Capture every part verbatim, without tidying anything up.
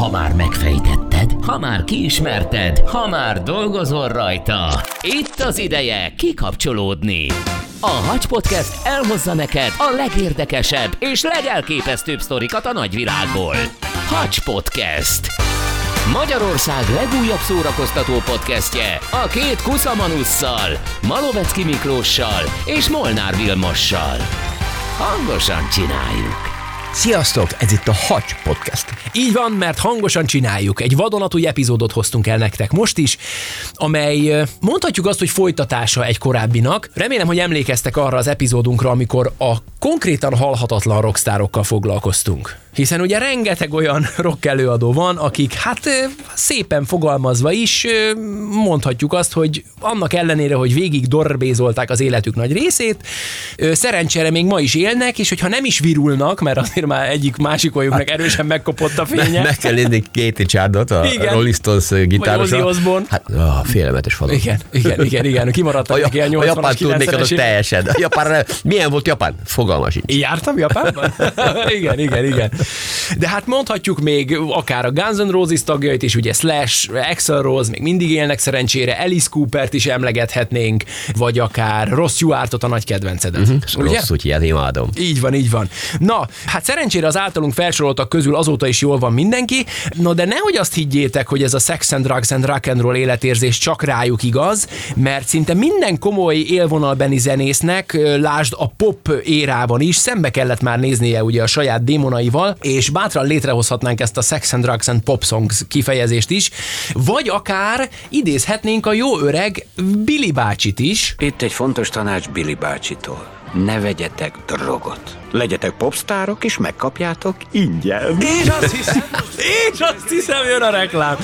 Ha már megfejtetted, ha már kiismerted, ha már dolgozol rajta. Itt az ideje kikapcsolódni. A Hacs Podcast elhozza neked a legérdekesebb és legelképesztőbb sztorikat a nagyvilágból. Hacs Podcast. Magyarország legújabb szórakoztató podcastje a két kuszamanusszal, Malovecki Miklóssal és Molnár Vilmossal. Hangosan csináljuk! Sziasztok, ez itt a Hacs Podcast. Így van, mert hangosan csináljuk. Egy vadonatúj epizódot hoztunk el nektek most is, amely mondhatjuk azt, hogy folytatása egy korábbinak. Remélem, hogy emlékeztek arra az epizódunkra, amikor a konkrétan halhatatlan rockstárokkal foglalkoztunk. Hiszen ugye rengeteg olyan rock előadó van, akik hát szépen fogalmazva is mondhatjuk azt, hogy annak ellenére, hogy végig dorbézolták az életük nagy részét, szerencsére még ma is élnek, és hogyha nem is virulnak, mert azért már egyik másik olyunknak erősen megkopott a fénye. Meg kell nézni Katie Chardot, a igen. Rolling Stones gitárosa. Vagy Ozzy Osbourne. Hát, oh, félelmetes falon. Igen, igen, igen, igen. Kimaradtak neki a nyolcvanas, a japán tudnék teljesen. A japán, milyen volt Japán? Fogalma sincs. Jártam Japánban? igen, igen, igen. De hát mondhatjuk még akár a Guns N' Roses tagjait is, ugye Slash, Axl Rose még mindig élnek szerencsére, Alice Coopert is emlegethetnénk, vagy akár Ross Stewartot, a nagy kedvencedet. Uh-huh. Rossz, úgy ilyen imádom. Így van, így van. Na, hát szerencsére az általunk felsoroltak közül azóta is jól van mindenki, no de nehogy azt higgyétek, hogy ez a sex and drugs and rock and roll életérzés csak rájuk igaz, mert szinte minden komoly élvonalbeni zenésznek, lásd a pop érában is, szembe kellett már néznie ugye a saját démonaival, és bátran létrehozhatnánk ezt a sex and drugs and pop songs kifejezést is, vagy akár idézhetnénk a jó öreg Billy bácsit is. Itt egy fontos tanács Billy bácsitól. Ne vegyetek drogot. Legyetek popstárok, és megkapjátok ingyen. És azt hiszem, és azt hiszem, jön a reklám.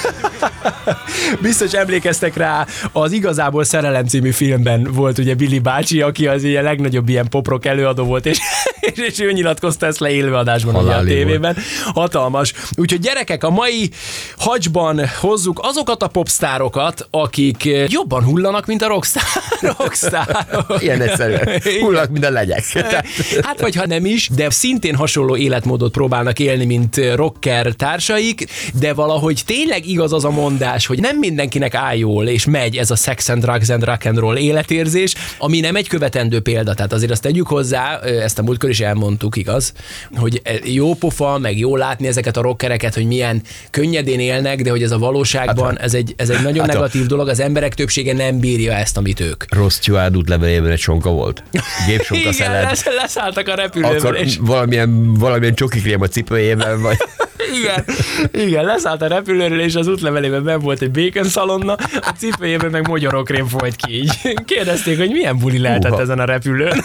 Biztos emlékeztek rá, az Igazából Szerelem című filmben volt ugye Billy bácsi, aki az ilyen legnagyobb ilyen poprock előadó volt, és, és, és ő nyilatkozta ezt le élőadásban ugye a tévében. Hatalmas. Úgyhogy gyerekek, a mai Hacsban hozzuk azokat a popstárokat, akik jobban hullanak, mint a rockstar, rockstárok. Ilyen egyszerűen. Hullanak, mint a legyek. Hát vagy ha nem is, de szintén hasonló életmódot próbálnak élni, mint rocker társaik, de valahogy tényleg igaz az a mondás, hogy nem mindenkinek áll jól, és megy ez a sex and drugs and rock and roll életérzés, ami nem egy követendő példa. Tehát azért azt tegyük hozzá, ezt a múltkor is elmondtuk, igaz, hogy jó pofa, meg jó látni ezeket a rockereket, hogy milyen könnyedén élnek, de hogy ez a valóságban, ez egy, ez egy nagyon hát negatív dolog, az emberek többsége nem bírja ezt, amit ők. Ross Stewart útlevelében egy sonka volt. Gépsonka szelet. Lesz, leszálltak a repülőből. Akkor és... valamilyen, valamilyen csokikrém a cipőjében, vagy... Igen, igen, leszállt a repülőről, és az útlevelében benn volt egy bacon szalonna, a cipőjében meg magyarokrém folyt ki így. Kérdezték, hogy milyen buli lehetett Uha. ezen a repülőn.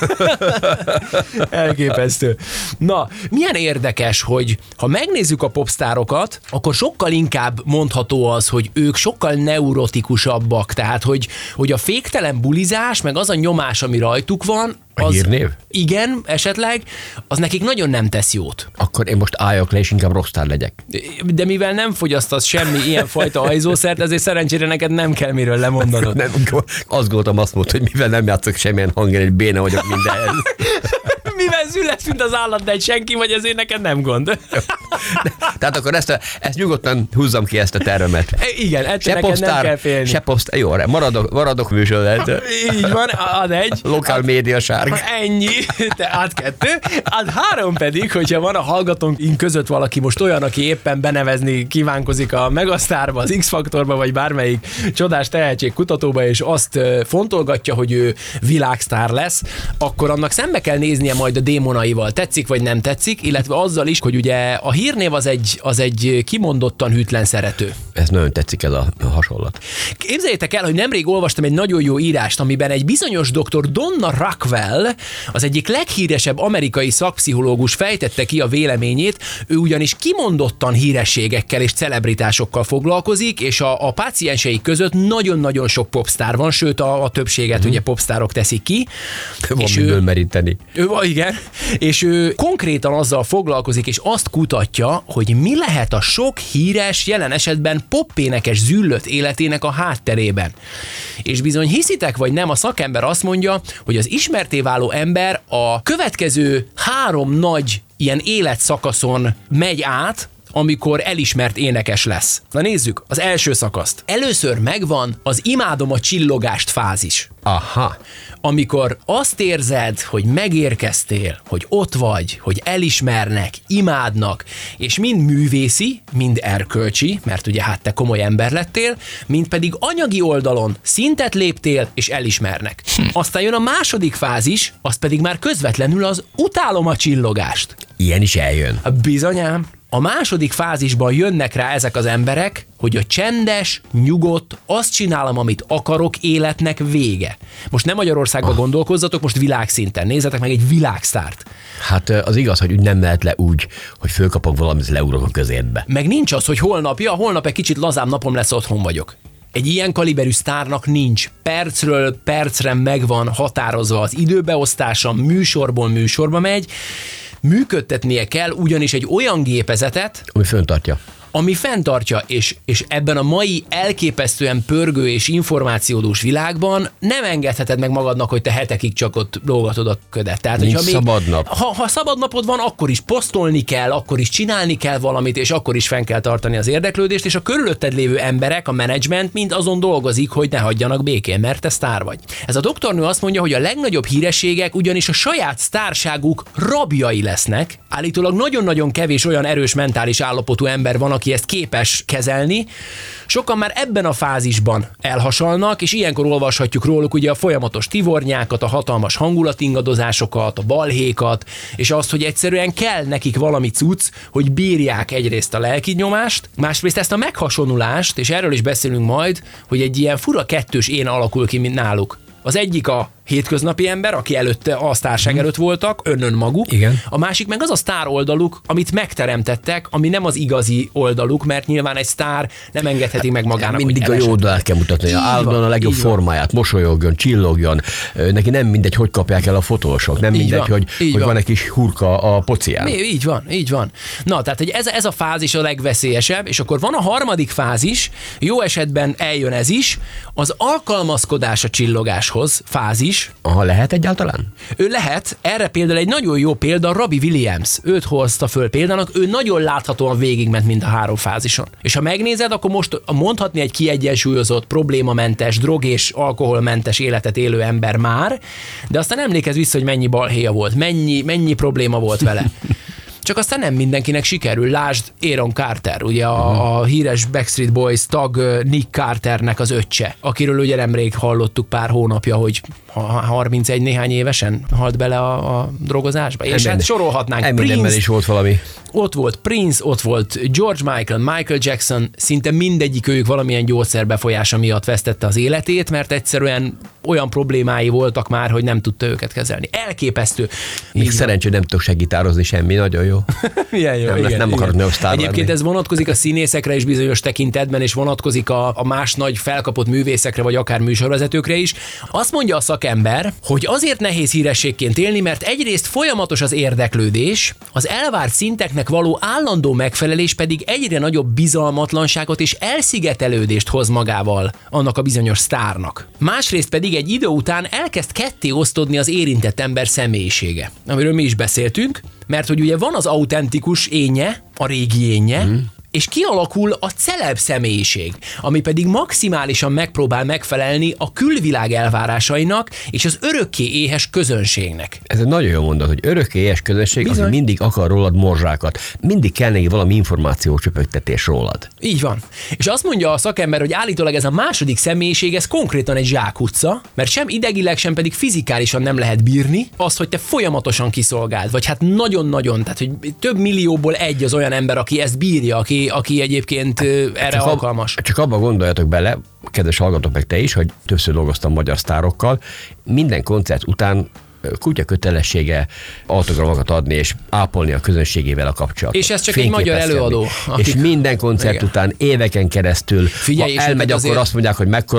Elképesztő. Na, milyen érdekes, hogy ha megnézzük a popstárokat, akkor sokkal inkább mondható az, hogy ők sokkal neurotikusabbak, tehát hogy, hogy a féktelen bulizás, meg az a nyomás, ami rajtuk van, a az, hírnév? Igen, esetleg, az nekik nagyon nem tesz jót. Akkor én most álljak le, és inkább rockstar legyek. De mivel nem fogyasztasz semmi ilyenfajta ajzószert, ezért szerencsére neked nem kell miről lemondanod. Nem, azt gondoltam, azt mondta, hogy mivel nem játszok semmilyen hangon, egy béna vagyok mindenhez. Mivel züllesz, mint az állat, de egy senki vagy, ezért neked nem gond. Tehát akkor ezt, a, ezt nyugodtan húzzam ki ezt a tervemet. E, igen, ettől neked nem kell félni. Se posztár, jó, maradok, maradok műsorod. Így van, ad egy. Lokál média sárga. Ennyi, te ad kettő. Ad három pedig, hogyha van a hallgatónk között valaki most olyan, aki éppen benevezni kívánkozik a Megasztárba, az X-faktorba, vagy bármelyik csodás tehetség kutatóba, és azt fontolgatja, hogy ő világsztár lesz, akkor annak szembe kell néznie majd a démonaival. Tetszik, vagy nem tetszik, illetve azzal is, hogy ugye a hírnév az egy, az egy kimondottan hűtlen szerető. Ez nagyon tetszik, ez a hasonlat. Képzeljétek el, hogy nemrég olvastam egy nagyon jó írást, amiben egy bizonyos doktor Donna Rockwell, az egyik leghíresebb amerikai szakpszichológus fejtette ki a véleményét, ő ugyanis kimondottan hírességekkel és celebritásokkal foglalkozik, és a, a páciensei között nagyon-nagyon sok popstar van, sőt a, a többséget mm-hmm. ugye popstárok teszik ki. Van és miből ő, meríteni. Ő, igen, és ő konkrétan azzal foglalkozik, és azt kutatja, hogy mi lehet a sok híres, jelen esetben popénekes züllött életének a hátterében. És bizony hiszitek vagy nem, a szakember azt mondja, hogy az ismertté váló ember a következő három nagy ilyen életszakaszon megy át, amikor elismert énekes lesz. Na nézzük az első szakaszt. Először megvan az imádom a csillogást fázis. Aha. Amikor azt érzed, hogy megérkeztél, hogy ott vagy, hogy elismernek, imádnak, és mind művészi, mind erkölcsi, mert ugye hát te komoly ember lettél, mind pedig anyagi oldalon szintet léptél, és elismernek. Hm. Aztán jön a második fázis, az pedig már közvetlenül az utálom a csillogást. Ilyen is eljön. Bizonyám. A második fázisban jönnek rá ezek az emberek, hogy a csendes, nyugodt, azt csinálom, amit akarok, életnek vége. Most nem Magyarországban ah. gondolkozzatok, most világszinten. Nézzetek meg egy világsztárt. Hát az igaz, hogy úgy nem mehet le úgy, hogy fölkapok valamit, leúrok a közértbe. Meg nincs az, hogy holnap, ja, holnap egy kicsit lazább napom lesz, otthon vagyok. Egy ilyen kaliberű sztárnak nincs. Percről percre megvan határozva az időbeosztása, műsorból műsorba megy, működtetnie kell ugyanis egy olyan gépezetet, ami fenntartja. ami fenntartja, és, és ebben a mai elképesztően pörgő és információdús világban nem engedheted meg magadnak, hogy te hetekig csak ott lógatod a ködet. Tehát, nincs még, szabad nap. Ha, ha szabad napod van, akkor is posztolni kell, akkor is csinálni kell valamit, és akkor is fenn kell tartani az érdeklődést, és a körülötted lévő emberek, a menedzsment mind azon dolgozik, hogy ne hagyjanak békén, mert te sztár vagy. Ez a doktornő azt mondja, hogy a legnagyobb hírességek ugyanis a saját sztárságuk rabjai lesznek. Állítólag nagyon-nagyon kevés olyan erős mentális állapotú ember van, aki ezt képes kezelni. Sokan már ebben a fázisban elhasalnak, és ilyenkor olvashatjuk róluk ugye a folyamatos tivornyákat, a hatalmas hangulatingadozásokat, a balhékat, és azt, hogy egyszerűen kell nekik valami cucc, hogy bírják egyrészt a lelki nyomást, másrészt ezt a meghasonlulást, és erről is beszélünk majd, hogy egy ilyen fura kettős én alakul ki, mint náluk. Az egyik a hétköznapi ember, aki előtte a sztárság előtt voltak, önön maguk. Igen. A másik meg az a sztár oldaluk, amit megteremtettek, ami nem az igazi oldaluk, mert nyilván egy sztár nem engedheti meg magának, mindig a jó oldalát kell mutatni, állandóan a legjobb formáját, mosolyogjon, csillogjon. Neki nem mindegy, hogy kapják el a fotósok, nem így mindegy, van, hogy, hogy van. van egy kis hurka a pocián. Így van, így van. Na, tehát hogy ez, ez a fázis a legveszélyesebb, és akkor van a harmadik fázis, jó esetben eljön ez is, az alkalmazkodás a csillogáshoz fázis. Aha, lehet egyáltalán? Ő lehet, erre például egy nagyon jó példa Robbie Williams. Őt hozta föl példának, ő nagyon láthatóan végigment mind a három fázison. És ha megnézed, akkor most mondhatni egy kiegyensúlyozott, problémamentes, drog- és alkoholmentes életet élő ember már, de aztán emlékezz vissza, hogy mennyi balhéja volt, mennyi, mennyi probléma volt vele. Csak aztán nem mindenkinek sikerül. Lásd Aaron Carter, ugye a, a híres Backstreet Boys tag Nick Carternek az öccse, akiről ugye nemrég hallottuk pár hónapja, hogy harmincegy néhány évesen halt bele a, a drogozásba. És hát sorolhatnánk. Prince, is volt valami. Ott volt Prince, ott volt George Michael, Michael Jackson, szinte mindegyik ők valamilyen gyógyszer befolyása miatt vesztette az életét, mert egyszerűen olyan problémái voltak már, hogy nem tudta őket kezelni. Elképesztő. Még szerencsé, nem tudok segítározni semmi, nagyon jó. Milyen jó, nem, igen, nem akarok ne sztár Egyébként lenni. Ez vonatkozik a színészekre is bizonyos tekintetben, és vonatkozik a, a más nagy felkapott művészekre, vagy akár műsorvezetőkre is. Azt mondja a szakember, hogy azért nehéz hírességként élni, mert egyrészt folyamatos az érdeklődés, az elvárt szinteknek való állandó megfelelés pedig egyre nagyobb bizalmatlanságot és elszigetelődést hoz magával annak a bizonyos sztárnak. Másrészt pedig egy idő után elkezd ketté osztodni az érintett ember személyisége, amiről mi is beszéltünk, mert hogy ugye van az autentikus énje, a régi énje, mm. és kialakul a celeb személyiség, ami pedig maximálisan megpróbál megfelelni a külvilág elvárásainak és az örökké éhes közönségnek. Ez egy nagyon jó mondat, hogy örökké éhes közönség, Bizony. aki mindig akar rólad morzsákat. Mindig kell neki valami információ csöpögtetés rólad. Így van. És azt mondja a szakember, hogy állítólag ez a második személyiség, ez konkrétan egy zsákutca, mert sem idegileg, sem pedig fizikálisan nem lehet bírni azt, hogy te folyamatosan kiszolgáld, vagy hát nagyon-nagyon, tehát hogy több millióból egy az olyan ember, aki ezt bírja, aki aki egyébként erre csak alkalmas. Ab, csak abba gondoljatok bele, kedves hallgatók meg te is, hogy többször dolgoztam magyar sztárokkal, minden koncert után kutya kötelessége autogramokat adni és ápolni a közönségével a kapcsolatot. És ez csak egy magyar előadó. Akik... És minden koncert igen. után éveken keresztül, Figyelj, ha elmegy, akkor azért... azt mondják, hogy mekkora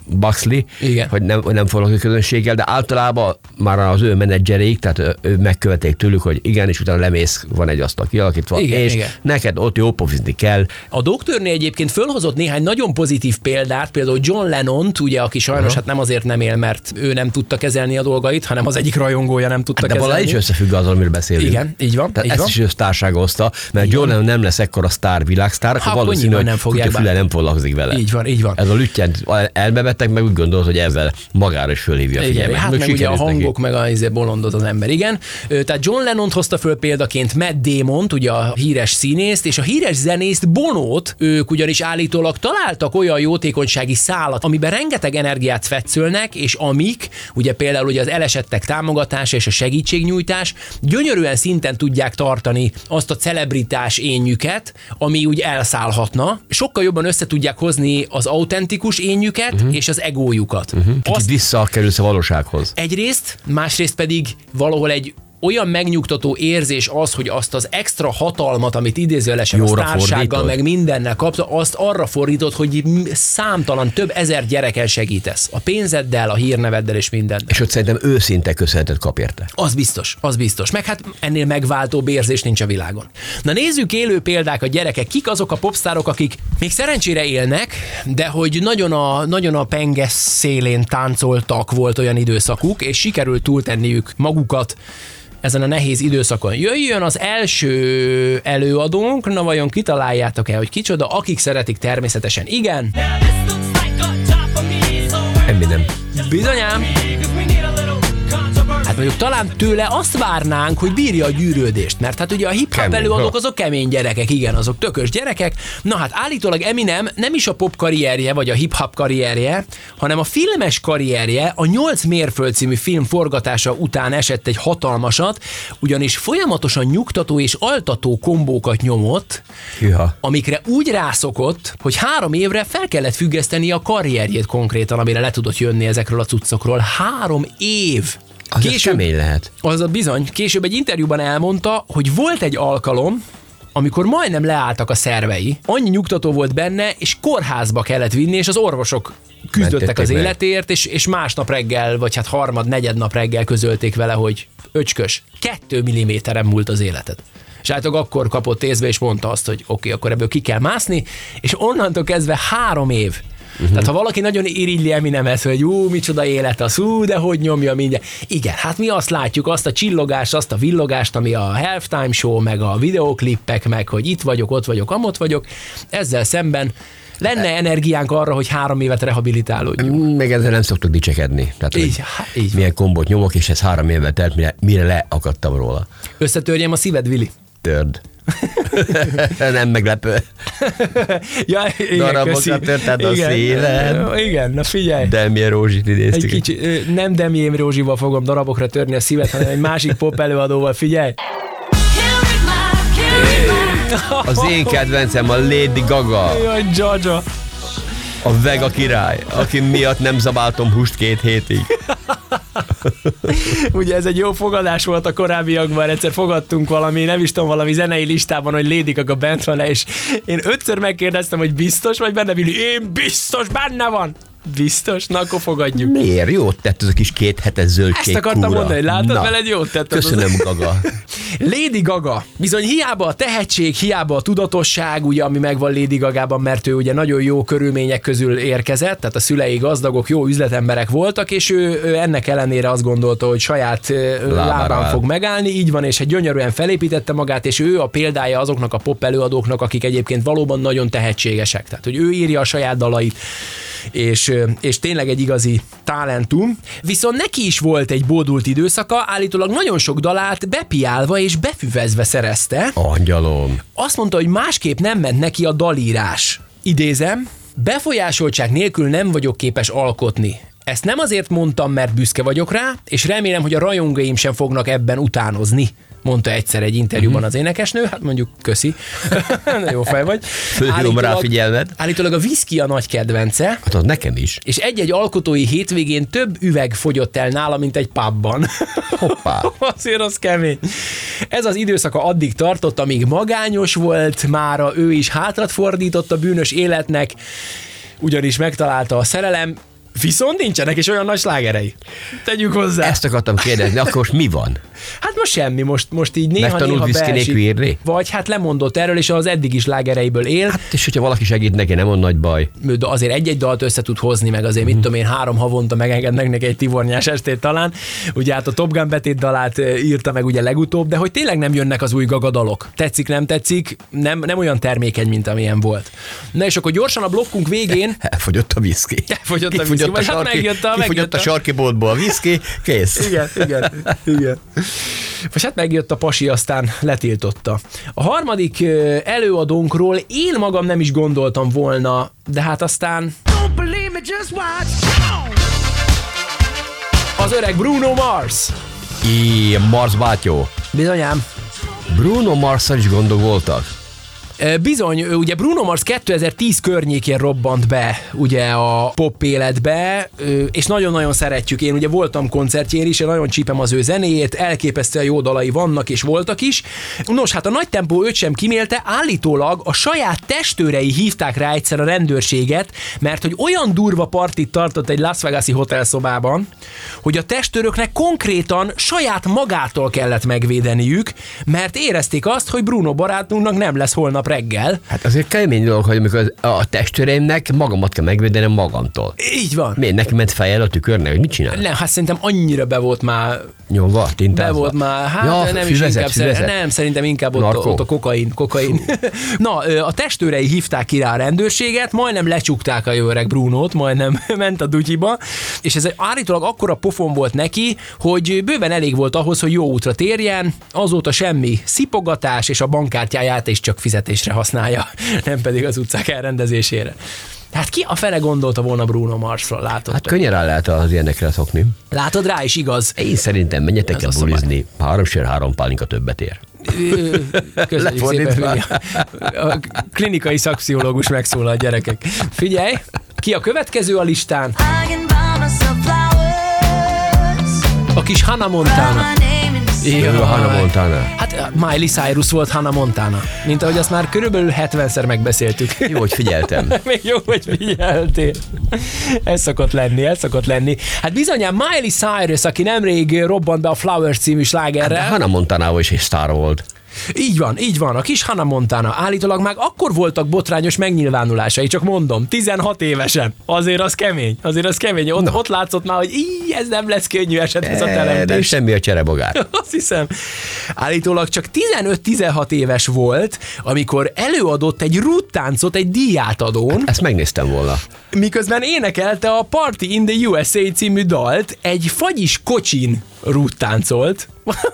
Buxley, Igen. hogy nem, nem foglalkozik a közönséggel, de általában már az ő menedzsereik, tehát ő megköveték tőlük, hogy igen, és utána lemész, van egy asztal kialakítva, Igen, és igen. neked ott jó pofizni kell. A doktorné egyébként fölhozott néhány nagyon pozitív példát, például John Lennont, ugye, aki sajnos Aha. hát nem azért nem él, mert ő nem tudta kezelni a dolgait, hanem az egyik rajongója nem tudta De kezelni. valahogy is összefügg azzal, amiről beszélünk. Igen, így van. Tehát így ezt van. is össztársága hozta, mert Így John van. Lennon nem lesz ekkora sztár, világsztár, akkor Hát, valószínű, nyilván hogy nem fogják kutyafüle nem foglalkozik vele. Így van, így van. Ez a lüttyent elbevettek, meg úgy gondolod, hogy ezzel magára is fölhívja a Igen, figyelmet. hát meg ugye a sikerült neki. hangok, meg a izé bolondot az ember, igen. Ö, Tehát John Lennont hozta föl példaként, Matt Damont, ugye a híres színészt, és a híres zenészt Bonót, ők ugyanis állítólag találtak olyan jótékonysági szálat, amiben rengeteg energiát fetszölnek, és amik, ugye például ugye az elesettek támogatása és a segítségnyújtás, gyönyörűen szinten tudják tartani azt a celebritás énjüket, ami úgy elszállhatna. Sokkal jobban össze tudják hozni az autentikus énjüket uh-huh. és az egójukat. Uh-huh. Kicsit visszakerülsz a valósághoz. Egyrészt, másrészt pedig valahol egy olyan megnyugtató érzés az, hogy azt az extra hatalmat, amit idézőjelesen a Jóra sztársággal, fordítod? meg mindennel kapta, azt arra fordítod, hogy számtalan, több ezer gyereken segítesz. A pénzeddel, a hírneveddel és mindennel. És ott szerintem őszinte köszönetet kap érte. Az biztos, az biztos. Meg hát ennél megváltóbb érzés nincs a világon. Na nézzük élő példák a gyerekek. Kik azok a popstárok, akik még szerencsére élnek, de hogy nagyon a, nagyon a penge szélén táncoltak, volt olyan időszakuk, és sikerült túltenniük magukat ezen a nehéz időszakon. Jöjjön az első előadónk, na vajon kitaláljátok el, hogy kicsoda, akik szeretik természetesen, igen. Eminem. Bizonyám. Hát mondjuk talán tőle azt várnánk, hogy bírja a gyűrődést, mert hát ugye a hip-hop Kemény, előadók ha. azok kemény gyerekek, igen, azok tökös gyerekek. Na hát állítólag Eminem nem is a pop karrierje, vagy a hip-hop karrierje, hanem a filmes karrierje a Nyolc mérföld című film forgatása után esett egy hatalmasat, ugyanis folyamatosan nyugtató és altató kombókat nyomott, Hűha. amikre úgy rászokott, hogy három évre fel kellett függeszteni a karrierjét konkrétan, amire le tudott jönni ezekről a cuccokról. Három év! Az Később... kemény lehet. Az a bizony. Később egy interjúban elmondta, hogy volt egy alkalom, amikor majdnem leálltak a szervei. Annyi nyugtató volt benne, és kórházba kellett vinni, és az orvosok küzdöttek Mentették az meg. életért, és, és másnap reggel, vagy hát harmad, negyed nap reggel közölték vele, hogy öcskös, kettő milliméteren múlt az életed. És általában akkor kapott észbe, és mondta azt, hogy oké, okay, akkor ebből ki kell mászni, és onnantól kezdve három év. Uh-huh. Tehát ha valaki nagyon irigyli Eminemet, hogy ú, micsoda élet az, ú, de hogy nyomja mindjárt. Igen, hát mi azt látjuk, azt a csillogást, azt a villogást, ami a halftime show, meg a videoklippek, meg hogy itt vagyok, ott vagyok, amott vagyok. Ezzel szemben lenne energiánk arra, hogy három évet rehabilitálódjunk. Meg ezzel nem szoktuk dicsekedni. Tehát, Így, hogy hát, így van. milyen kombót nyomok, és ez három évvel telt, mire, mire leakadtam róla. Összetörjem a szíved, Vili? Törd. Nem meglepő. Ja, igen, Darabokra köszi. törted a Igen, szíved. Igen, na figyelj. Demje Rózsit Egy idéztük. kicsi, ö, nem Demiém Rózsival fogom darabokra törni a szívet, hanem egy másik pop előadóval, figyelj. Az én kedvencem a Lady Gaga, Jaj, Jaja. a Vega király, aki miatt nem zabáltam húst két hétig. Ugye ez egy jó fogadás volt a korábbiakban, egyszer fogadtunk valami, nem is tudom, valami zenei listában, hogy Lady Gaga bent van, és én ötször megkérdeztem, hogy biztos vagy benne, Vili? Én biztos benne van! Biztos? Na, akkor fogadjuk. Miért? Jót tett ez a kis két hetes zöldség. Ezt akartam kúra. mondani, látod, Na, veled jót tett. az- Köszönöm, Gaga. Lady Gaga. Bizony hiába a tehetség, hiába a tudatosság, ugye, ami megvan Lady Gagában, mert ő ugye nagyon jó körülmények közül érkezett, tehát a szülei gazdagok, jó üzletemberek voltak, és ő, ő ennek ellenére azt gondolta, hogy saját ö, Lábára lábán áll. fog megállni, így van, és egy gyönyörűen felépítette magát, és ő a példája azoknak a pop előadóknak, akik egyébként valóban nagyon tehetségesek. Tehát, hogy ő írja a saját dalait, és, és tényleg egy igazi talentum. Viszont neki is volt egy bódult időszaka, állítólag nagyon sok dalát bepiálva és befüvezve szerezte. Angyalom. Azt mondta, hogy másképp nem ment neki a dalírás. Idézem, befolyásoltság nélkül nem vagyok képes alkotni. Ezt nem azért mondtam, mert büszke vagyok rá, és remélem, hogy a rajongóim sem fognak ebben utánozni, mondta egyszer egy interjúban az énekesnő, hát mondjuk köszi, jó fej vagy. Fölhívom rá figyelmet. Állítólag a whisky a nagy kedvence, Hát az nekem is. és egy-egy alkotói hétvégén több üveg fogyott el nála, mint egy pubban. Hoppá. Azért az kemény. Ez az időszaka addig tartott, amíg magányos volt, mára ő is hátrat fordított a bűnös életnek, ugyanis megtalálta a szerelem, Viszont nincsenek is olyan nagy slágerei. Tegyük hozzá. Ezt akartam kérdezni, akkor most mi van? Hát most semmi, most, most így néha-néha Megtanult viszki nélkül írni? Vagy hát lemondott erről, és az eddigi slágereiből él. Hát és hogyha valaki segít neki, nem on nagy baj. De azért egy-egy dalt össze tud hozni, meg azért, mit tudom én, három havonta megengednek neki egy tivornyás estét talán. Ugye hát a Top Gun betét dalát írta meg ugye legutóbb, de hogy tényleg nem jönnek az új gagadalok. Tetszik, nem tetszik, nem, nem olyan termékeny, mint amilyen volt. Na és akkor gyorsan a blokkunk végén... Elfogyott a viszki. Elfogyott a viszki, vagy hát megjött a... Kifogyott a sarki boltból a viszki, kész. Igen, igen, igen. Vagy hát megjött a pasi, aztán letiltotta. A harmadik előadónkról én magam nem is gondoltam volna, de hát aztán... Az öreg Bruno Mars. I, Mars bátyó. Bizonyám. Bruno Marsszal is gondok voltak. Bizony, ugye Bruno Mars kétezer-tíz környékén robbant be ugye a pop életbe, és nagyon-nagyon szeretjük. Én ugye voltam koncertjén is, én nagyon csípem az ő zenéjét, elképesztően jó dalai vannak és voltak is. Nos, hát a nagy tempó őt sem kimélte, állítólag a saját testőrei hívták rá egyszer a rendőrséget, mert hogy olyan durva partit tartott egy Las Vegas-i hotelszobában, hogy a testőröknek konkrétan saját magától kellett megvédeniük, mert érezték azt, hogy Bruno barátunknak nem lesz holnap reggel. Hát azért kemény dolog, hogy amikor a testőreimnek magamat kell megvédenem magamtól. Így van. Miért neki ment fejjel a tükörnek, hogy mit csinál? Nem, hát szerintem annyira be volt már nyomva, tintázva. Be volt már, hát ja, nem füvezet, is inkább, füvezet. nem, szerintem inkább ott, ott a kokain. kokain. Na, a testőrei hívták ki rá a rendőrséget, majdnem lecsukták a jó öreg Brunót, majdnem ment a dutyiba, és ez állítólag akkora pofon volt neki, hogy bőven elég volt ahhoz, hogy jó útra térjen, azóta semmi szipogatás, és a bankkártyáját is csak fizetésre használja, nem pedig az utcák elrendezésére. Hát ki a fele gondolta volna Bruno Marsról, látod? Hát könnyen rá lehet az ilyenekre szokni. Látod, rá is igaz. Én szerintem menjetek el bulizni, három sér, három pálinka többet ér. Köszönjük szépen, a klinikai szakpszichológus megszólal, gyerekek. Figyelj, ki a következő a listán? A kis Hannah Montana. Ja, a Hannah Montana. Hát Miley Cyrus volt Hannah Montana, mint ahogy azt már körülbelül hetvenszer megbeszéltük. Jó, hogy figyeltem. Még jó, hogy figyeltél. Ez szokott lenni, ez szokott lenni. Hát bizonyán Miley Cyrus, aki nemrég robbant be a Flowers című slágerrel. Hát Hannah Montana is egy sztár volt. Így van, így van, a kis Hannah Montana. Állítólag már akkor voltak botrányos megnyilvánulásai, csak mondom, tizenhat évesen. Azért az kemény, azért az kemény. Ott, no. ott látszott már, hogy így, ez nem lesz könnyű eset, ez a teremtés. Nem semmi a cserebogár. Azt hiszem. Állítólag csak tizenöt-tizenhat éves volt, amikor előadott egy rúttáncot egy díjátadón. Hát ezt megnéztem volna. Miközben énekelte a Party in the u es á című dalt, egy fagyis kocsin rúttáncolt.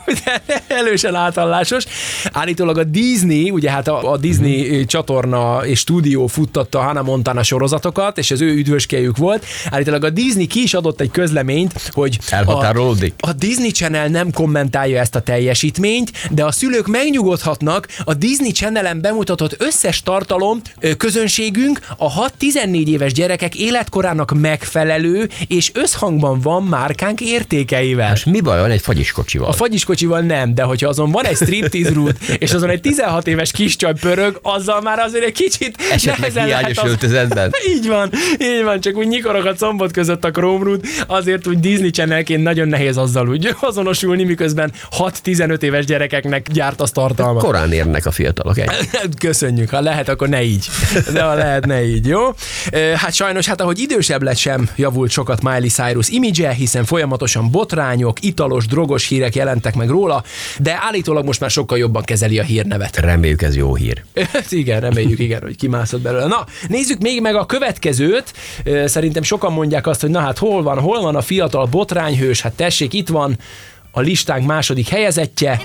Elősen áthallásos. Állítólag a Disney, ugye hát a, a Disney mm-hmm. csatorna és stúdió futtatta a Hannah Montana sorozatokat, és az ő üdvöskéjük volt. Állítólag a Disney ki is adott egy közleményt, hogy elhatárolódik. A, a Disney Channel nem kommentálja ezt a teljesítményt, de a szülők megnyugodhatnak, a Disney Channelen bemutatott összes tartalom közönségünk a hat-tizennégy éves gyerekek életkorának megfelelő és összhangban van márkánk értékeivel. És mi baj van egy fagyiskocsival? A fagyiskocsival nem, de hogyha azon van egy striptease rút, és azon egy tizenhat éves kiscsaj pörög, azzal már azért egy kicsit esetleg hiányos öltözetben. Így van, így van, csak úgy nyikorog a combot között a Chrome Root, azért úgy Disney Channelként nagyon nehéz azzal úgy azonosulni, miközben hat-tizenöt éves gyerekeknek gyárt az tartalmat. Korán érnek a fiatalok. Egy. Köszönjük, ha lehet, akkor ne így. De ha lehet, ne így, jó? Hát sajnos, hát ahogy idősebb lett, sem javult sokat Miley Cyrus imidzse, hiszen folyamatosan botrányok, italos, drogos hírek jelentek meg róla, de állítólag most már sokkal jobban kezeli a hírnevet. Reméljük, ez jó hír. Igen, reméljük, igen, hogy kimászott belőle. Na, nézzük még meg a következőt. Szerintem sokan mondják azt, hogy na hát hol van, hol van a fiatal botrányhős? Hát tessék, itt van a listánk második helyezettje.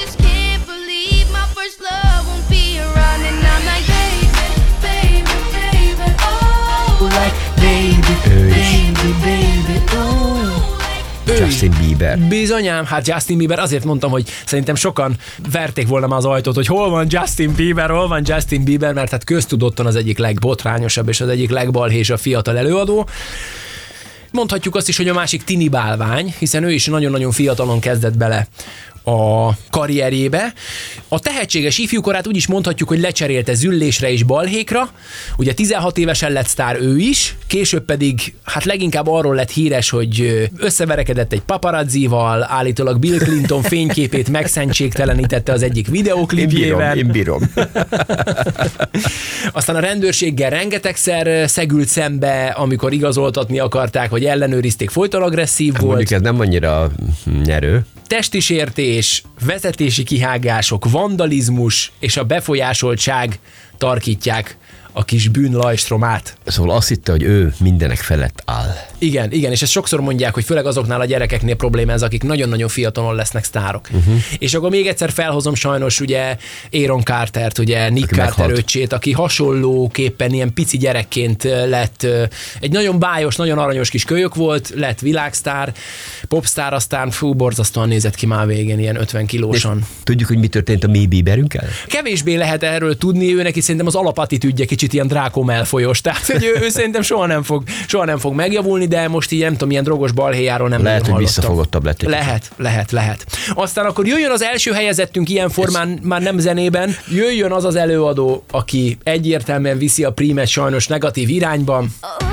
Justin Bieber. Bizonyám, hát Justin Bieber, azért mondtam, hogy szerintem sokan verték volna már az ajtót, hogy hol van Justin Bieber, hol van Justin Bieber, mert hát köztudottan az egyik legbotrányosabb és az egyik legbalhésabb fiatal előadó. Mondhatjuk azt is, hogy a másik tini bálvány, hiszen ő is nagyon-nagyon fiatalon kezdett bele a karrierjébe. A tehetséges ifjúkorát úgy is mondhatjuk, hogy lecserélte züllésre és balhékra. Ugye tizenhat évesen lett sztár ő is, később pedig hát leginkább arról lett híres, hogy összeverekedett egy paparazzival, állítólag Bill Clinton fényképét megszentségtelenítette az egyik videóklipjében. Én bírom, én bírom. Aztán a rendőrséggel rengetegszer szegült szembe, amikor igazoltatni akarták, vagy ellenőrizték, folyton agresszív volt. Mondjuk ez nem annyira nyerő. Testi sértés, vezetési kihágások, vandalizmus és a befolyásoltság tarkítják a kis bűn lajstromát. Szóval azt hitte, hogy ő mindenek felett áll. Igen, igen, és ezt sokszor mondják, hogy főleg azoknál a gyerekeknél probléma ez, akik nagyon-nagyon fiatalon lesznek sztárok. Uh-huh. És akkor még egyszer felhozom sajnos ugye Aaron Cartert, ugye Nick aki Carter meghalt. öccsét, aki hasonlóképpen ilyen pici gyerekként lett, egy nagyon bájos, nagyon aranyos kis kölyök volt, lett világsztár, popsztár, aztán fú, borzasztóan nézett ki már végén, ilyen ötven kilósan. De tudjuk, hogy mi történt a mi Bieberünkkel? Kevésbé lehet erről tudni, ő neki szerintem az alapatitűdje kicsit ilyen Dráko Malfoyos, tehát hogy ő, ő szerintem soha nem fog, soha nem fog megjavulni, de most így nem tudom, ilyen drogos balhéjáról nem lehet, nagyon hogy hallottam. visszafogottabb lett. Lehet, lehet, lehet. Aztán akkor jöjjön az első helyezettünk ilyen formán, Ez... már nem zenében, jöjjön az az előadó, aki egyértelműen viszi a prímet sajnos negatív irányban.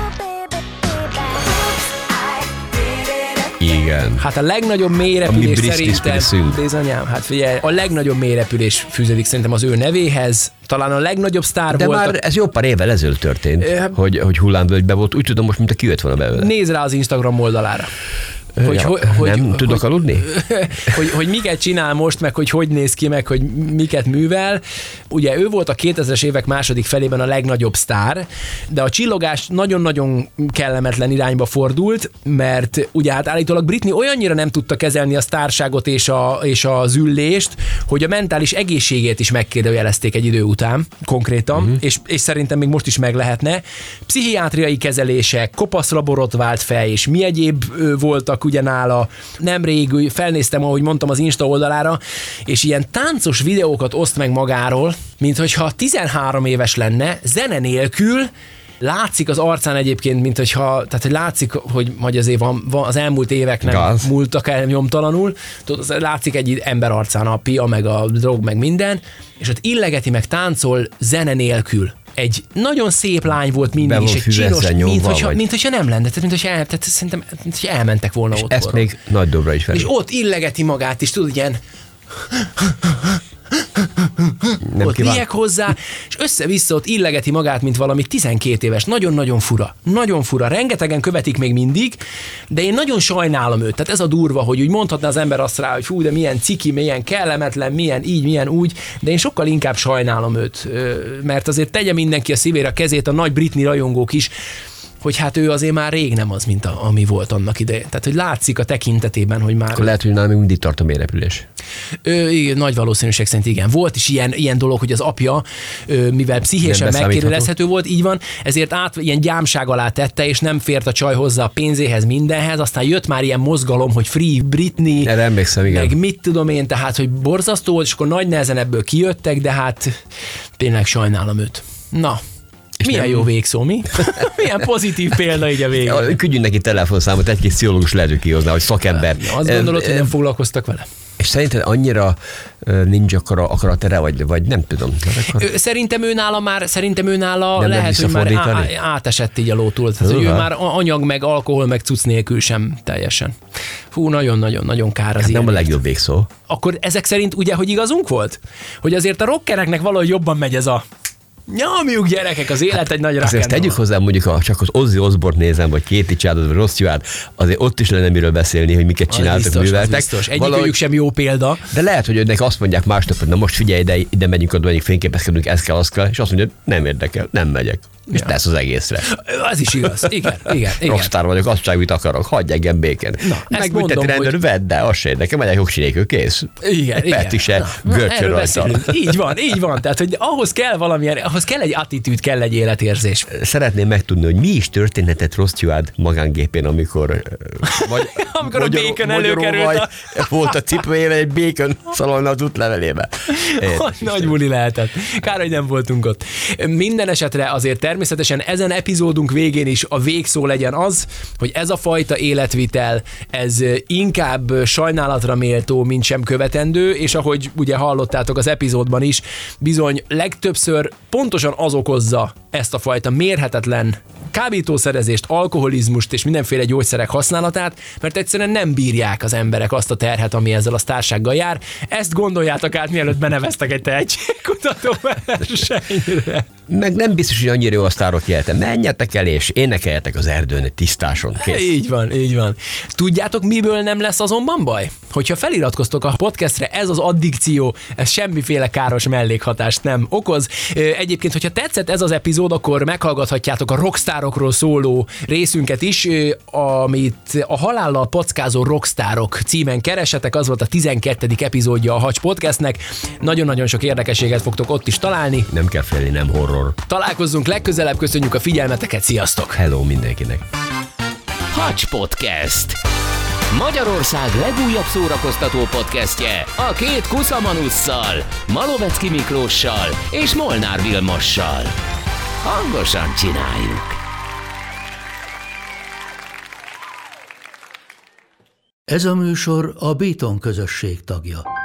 Igen. Hát a legnagyobb mélyrepülés szerintem, bizonyám, hát figyelj, a legnagyobb mélyrepülés fűződik szerintem az ő nevéhez, talán a legnagyobb sztár de volt. De már a... ez jó pár évvel ezelőtt történt, e... hogy, hogy hullámvölgybe volt, úgy tudom most, mint a kijött volna belőle. Nézd rá az Instagram oldalára. Hogy, ja, hogy, hogy, nem hogy, tudok hogy, aludni? Hogy, hogy miket csinál most, meg hogy hogy néz ki, meg hogy miket művel. Ugye ő volt a kétezres évek második felében a legnagyobb sztár, de a csillogás nagyon-nagyon kellemetlen irányba fordult, mert ugye hát állítólag Britney olyannyira nem tudta kezelni a sztárságot és, a, és a züllést, hogy a mentális egészségét is megkérdőjelezték egy idő után, konkrétan, uh-huh. és, és szerintem még most is meg lehetne. Pszichiátriai kezelések, kopaszra borotvált fel, és mi egyéb voltak ugye nála. Nemrég felnéztem, ahogy mondtam, az Insta oldalára, és ilyen táncos videókat oszt meg magáról, mint hogyha tizenhárom éves lenne, zene nélkül, látszik az arcán egyébként, mint hogyha, tehát hogy látszik, hogy, hogy azért van, van, az elmúlt évek nem Gáz. múltak el nyomtalanul, tudod, látszik egy ember arcán a pia, meg a drog, meg minden, és ott illegeti, meg táncol zene nélkül. Egy nagyon szép lány volt mindig, és egy csinos, mint hogyha, mint hogyha nem lenne, tehát mint hogyha, el, tehát szerintem mint hogyha elmentek volna ott. Ezt még nagy dobra is fel. És ott illegeti magát is, tudod, ilyen nem ott lieg hozzá, és össze-vissza ott illegeti magát, mint valami tizenkét éves. Nagyon-nagyon fura. Nagyon fura. Rengetegen követik még mindig, de én nagyon sajnálom őt. Tehát ez a durva, hogy úgy mondhatná az ember azt rá, hogy fú, de milyen ciki, milyen kellemetlen, milyen így, milyen úgy, de én sokkal inkább sajnálom őt, mert azért tegye mindenki a szívére a kezét, a nagy Britney rajongók is, hogy hát ő azért már rég nem az, mint a, ami volt annak idején. Tehát, hogy látszik a tekintetében, hogy már... Akkor lehet, hogy nálam még mindig tart a mélyrepülés. Ő, nagy valószínűség szerint igen. Volt is ilyen, ilyen dolog, hogy az apja, ő, mivel pszichésen megkérdőjelezhető volt, így van, ezért át ilyen gyámság alá tette, és nem fért a csaj hozzá a pénzéhez, mindenhez. Aztán jött már ilyen mozgalom, hogy Free Britney, erre emlékszem, igen. Meg mit tudom én, tehát, hogy borzasztó volt, és akkor nagy nehezen ebből kijöttek, de hát tényleg sajnálom őt. Na, és milyen nem... jó végszó, mi? Milyen pozitív példa így a végén. Ja, küldjünk neki telefonszámot, egy-két pszichológus lehet, hogy kihozná, hogy szakember. Azt gondolod, hogy nem foglalkoztak vele? És szerinted annyira uh, nincs akara, akaratere, vagy, vagy nem tudom. Akkor... Szerintem ő nála már, szerintem ő nála nem lehet, hogy már á, átesett így a lótól. Tehát, hogy ő már anyag, meg alkohol, meg cucc nélkül sem teljesen. Fú, nagyon-nagyon-nagyon kár az hát ilyen. Nem a legjobb végszó. Akkor ezek szerint ugye, hogy igazunk volt? Hogy azért a rockereknek valahogy jobban megy ez a nyomjuk gyerekek, az élet egy nagy rock'n'roll. Azért tegyük hozzá, mondjuk, ha csak az Ozzy Osbourne nézem, vagy Katie Chadot, vagy Ross Stewart, azért ott is lenne miről beszélni, hogy miket csináltak, biztos, műveltek. Biztos. Egyikőjük valahogy... sem jó példa. De lehet, hogy önnek azt mondják másnap, hogy na most figyelj, ide, ide megyünk, oda megyünk, fényképezkedünk, ez kell, az kell, és azt mondja, nem érdekel, nem megyek. És ja. Lesz az egészre. Az is igaz. Igen, igen, igen. Rockstar vagyok, azt csak, mit akarok, hagyj engem békén. Megbünteti rendőr, hogy... vedd, de az se érdekel, megyek jogsinélkül, kész. Igen, igen. Peti se, görcsön rajta. Így van, így van. Tehát, hogy ahhoz kell valamilyen, ahhoz kell egy attitűd, kell egy életérzés. Szeretném megtudni, hogy mi is történhetett Ross Stewart magángépén, amikor vagy, amikor a bacon előkerült. Volt a cipőjében egy bacon szalonna az útlevelébe. Nagy buli lehetett. Kár, hogy nem voltunk ott. Minden esetre azért természetesen természetesen ezen epizódunk végén is a végszó legyen az, hogy ez a fajta életvitel, ez inkább sajnálatra méltó, mint sem követendő, és ahogy ugye hallottátok az epizódban is, bizony legtöbbször pontosan az okozza ezt a fajta mérhetetlen kábítószerezést, alkoholizmust és mindenféle gyógyszerek használatát, mert egyszerűen nem bírják az emberek azt a terhet, ami ezzel a sztársággal jár. Ezt gondoljátok át, mielőtt beneveztek egy tehetségkutató versenyre. Meg nem biztos, hogy annyira jó a sztárok élete. Menjetek el és énekeljetek az erdőn egy tisztáson. Kész. Így van, így van. Tudjátok, miből nem lesz azonban baj? Hogyha feliratkoztok a podcastre, ez az addikció, ez semmiféle káros mellékhatást nem okoz. Egyébként, hogyha tetszett ez az epizód, akkor meghallgathatjátok a rockstárokról szóló részünket is, amit a halállal packázó rockstárok címen keresetek, az volt a tizenkettedik epizódja a Hacs Podcastnek. Nagyon-nagyon sok érdekességet fogtok ott is találni. Nem kell félni, nem horror. Találkozzunk legközelebb, köszönjük a figyelmeteket, sziasztok! Hello mindenkinek! Hacs Podcast. Magyarország legújabb szórakoztató podcastje a két kuszamanusszal, Malovecki Miklóssal és Molnár Vilmossal. Hangosan csináljuk! Ez a műsor a Béton közösség tagja.